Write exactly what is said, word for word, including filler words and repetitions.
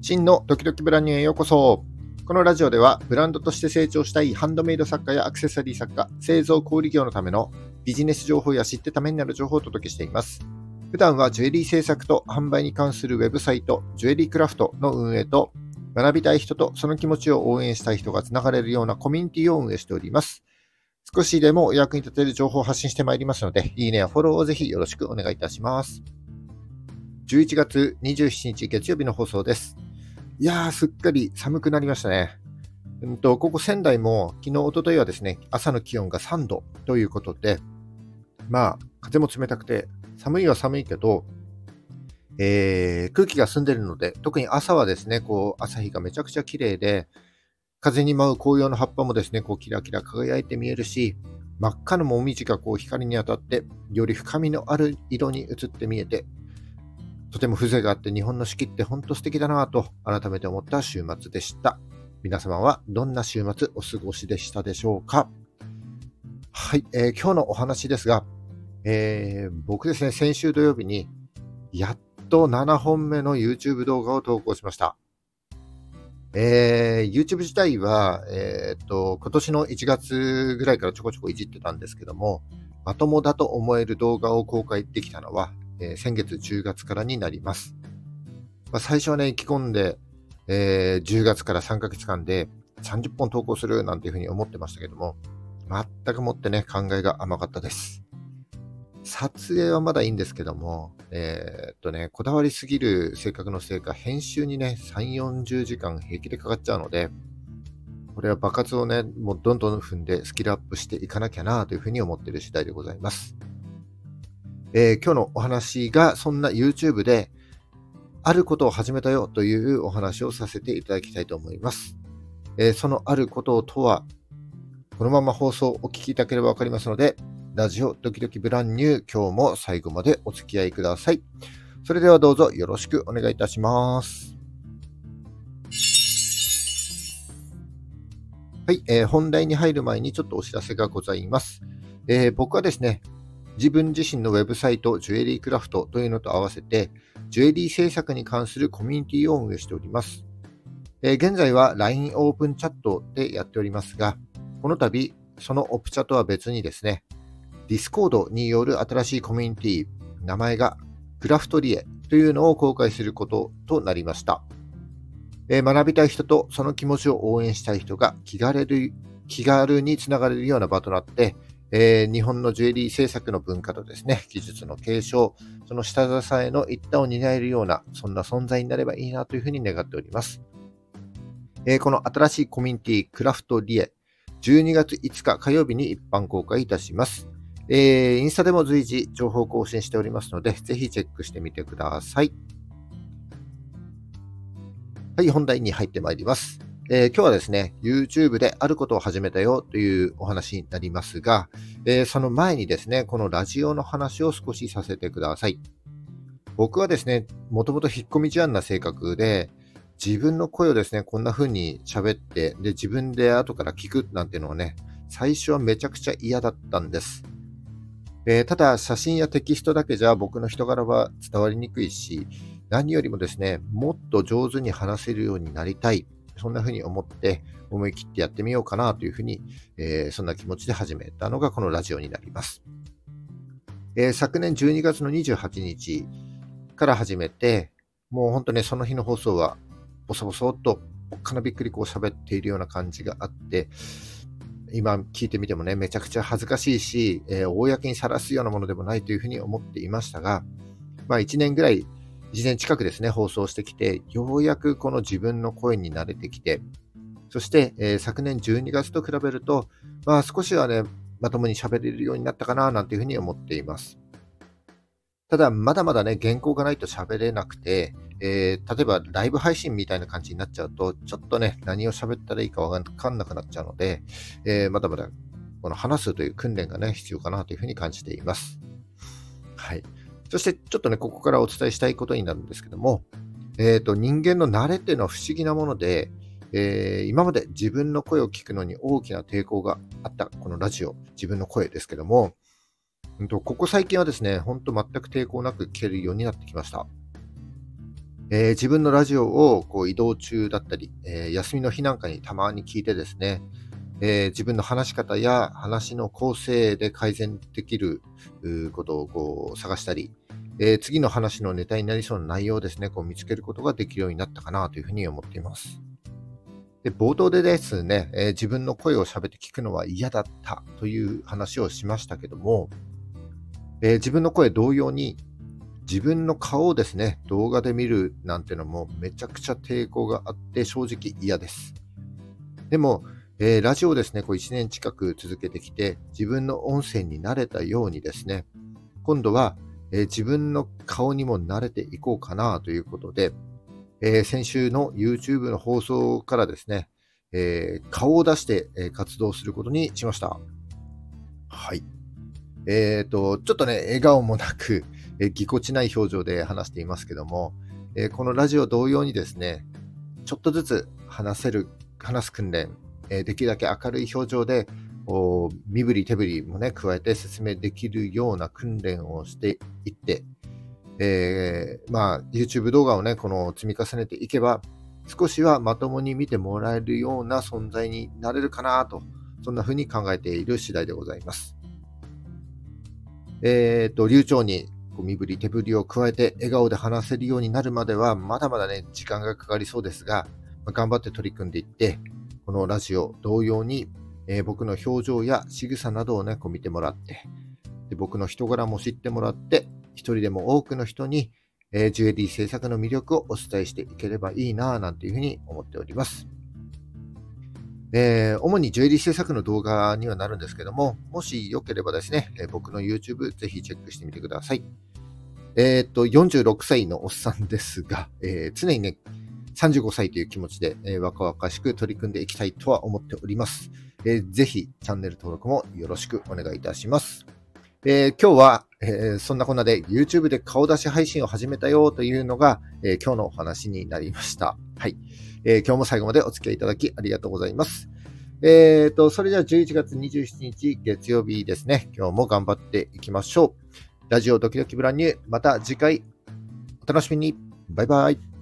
真のドキドキブランニューへようこそ。このラジオではブランドとして成長したいハンドメイド作家やアクセサリー作家、製造小売業のためのビジネス情報や知ってためになる情報をお届けしています。普段はジュエリー制作と販売に関するウェブサイト、ジュエリークラフトの運営と、学びたい人とその気持ちを応援したい人がつながれるようなコミュニティを運営しております。少しでもお役に立てる情報を発信してまいりますので、いいねやフォローをぜひよろしくお願いいたします。じゅういちがつにじゅうしちにち月曜日の放送です。いやー、すっかり寒くなりましたね。うんと、ここ仙台も昨日、一昨日はですね、朝の気温がさんどということで、まあ、風も冷たくて、寒いは寒いけど、えー、空気が澄んでるので、特に朝はですね、こう、朝日がめちゃくちゃ綺麗で、風に舞う紅葉の葉っぱもですね、こう、キラキラ輝いて見えるし、真っ赤なもみじがこう光に当たって、より深みのある色に映って見えて、とても風情があって日本の四季って本当素敵だなぁと改めて思った週末でした。皆様はどんな週末お過ごしでしたでしょうか。はい、えー、今日のお話ですが、えー、僕ですね、先週土曜日にやっとななほんめの YouTube 動画を投稿しました。えー、YouTube 自体は、えー、っと今年のいちがつぐらいからちょこちょこいじってたんですけども、まともだと思える動画を公開できたのはえー、先月じゅうがつからになります。まあ、最初はね、意気込んで、えー、じゅうがつからさんかげつかんでさんじゅっぽん投稿するなんていうふうに思ってましたけども、全くもってね、考えが甘かったです。撮影はまだいいんですけども、えー、っとね、こだわりすぎる性格のせいか、編集にね、さんじゅう、よんじゅうじかん平気でかかっちゃうので、これは爆発をね、もうどんどん踏んでスキルアップしていかなきゃなというふうに思っている次第でございます。えー、今日のお話がそんな YouTube であることを始めたよというお話をさせていただきたいと思います。えー、そのあることとは、このまま放送をお聞きいただければわかりますので、ラジオドキドキブランニュー、今日も最後までお付き合いください。それではどうぞよろしくお願いいたします。はい、えー、本題に入る前にちょっとお知らせがございます。えー、僕はですね、自分自身のウェブサイト、ジュエリークラフトというのと合わせて、ジュエリー制作に関するコミュニティを運営しております。えー、現在は ライン オープンチャットでやっておりますが、この度、そのオプチャとは別にですね、Discord による新しいコミュニティ、名前がクラフトリエというのを公開することとなりました。えー、学びたい人とその気持ちを応援したい人が気軽に、気軽につながれるような場となって、えー、日本のジュエリー制作の文化とですね、技術の継承、その下支えの一端を担えるような、そんな存在になればいいなというふうに願っております。えー、この新しいコミュニティ、クラフトリエ、じゅうにがついつか火曜日に一般公開いたします。えー、インスタでも随時情報更新しておりますので、ぜひチェックしてみてください。はい、本題に入ってまいります。えー、今日はですね、YouTube であることを始めたよというお話になりますが、えー、その前にですね、このラジオの話を少しさせてください。僕はですね、もともと引っ込み思案な性格で、自分の声をですね、こんな風に喋って、で、自分で後から聞くなんていうのはね、最初はめちゃくちゃ嫌だったんです。えー、ただ、写真やテキストだけじゃ僕の人柄は伝わりにくいし、何よりもですね、もっと上手に話せるようになりたい。そんな風に思って思い切ってやってみようかなというふうに、えー、そんな気持ちで始めたのがこのラジオになります。えー、昨年じゅうにがつのにじゅうはちにちから始めて、もう本当ね、その日の放送はボソボソっとおっかなびっくりこう喋っているような感じがあって、今聞いてみてもね、めちゃくちゃ恥ずかしいし、えー、公にさらすようなものでもないというふうに思っていましたが、まあいちねんぐらい、いちねん近くですね、放送してきて、ようやくこの自分の声に慣れてきて、そして、えー、昨年じゅうにがつと比べると、まあ少しはね、まともに喋れるようになったかな、なんていうふうに思っています。ただ、まだまだね、原稿がないと喋れなくて、えー、例えばライブ配信みたいな感じになっちゃうと、ちょっとね、何を喋ったらいいかわかんなくなっちゃうので、えー、まだまだこの話すという訓練がね、必要かなというふうに感じています。はい。そしてちょっとね、ここからお伝えしたいことになるんですけども、えーと、人間の慣れっていうのは不思議なもので、えー、今まで自分の声を聞くのに大きな抵抗があったこのラジオ、自分の声ですけども、うんと、ここ最近はですね、ほんと全く抵抗なく聞けるようになってきました。 えー自分のラジオをこう移動中だったり、えー休みの日なんかにたまに聞いてですね、えー自分の話し方や話の構成で改善できるうーことをこう探したり、えー次の話のネタになりそうな内容をですね、こう見つけることができるようになったかなというふうに思っています。で、冒頭でですね、えー自分の声を喋って聞くのは嫌だったという話をしましたけども、えー自分の声同様に自分の顔をですね、動画で見るなんてのもめちゃくちゃ抵抗があって正直嫌です。でも、えーラジオをですね、こういちねん近く続けてきて、自分の音声に慣れたようにですね、今度は、えー自分の顔にも慣れていこうかなということで、えー先週の YouTube の放送からですね、えー顔を出して、えー活動することにしました。はい。えーと、ちょっとね、笑顔もなく、えーぎこちない表情で話していますけども、えーこのラジオ同様にですね、ちょっとずつ話せる、話す訓練、えーできるだけ明るい表情で、お身振り手振りもね、加えて説明できるような訓練をしていって、えーまあ、YouTube 動画をね、この積み重ねていけば、少しはまともに見てもらえるような存在になれるかなと、そんな風に考えている次第でございます。えーと、流暢にこう身振り手振りを加えて笑顔で話せるようになるまでは、まだまだね、時間がかかりそうですが、まあ頑張って取り組んでいって、このラジオ同様に、えー僕の表情や仕草などをね、こう見てもらって、で僕の人柄も知ってもらって、一人でも多くの人に、えージュエリー制作の魅力をお伝えしていければいいなぁなんていうふうに思っております。えー主にジュエリー制作の動画にはなるんですけども、もしよければですね、えー僕の YouTube ぜひチェックしてみてください。えーっと、よんじゅうろくさいのおっさんですが、えー常にね、さんじゅうごさいという気持ちで、えー若々しく取り組んでいきたいとは思っております。えーぜひチャンネル登録もよろしくお願いいたします。えー今日は、えーそんなこんなで YouTube で顔出し配信を始めたよというのが、えー今日のお話になりました。はい、えー今日も最後までお付き合いいただきありがとうございます。えーと、それではじゅういちがつにじゅうしちにち月曜日ですね。今日も頑張っていきましょう。ラジオドキドキブランニュー、また次回お楽しみに。バイバイ。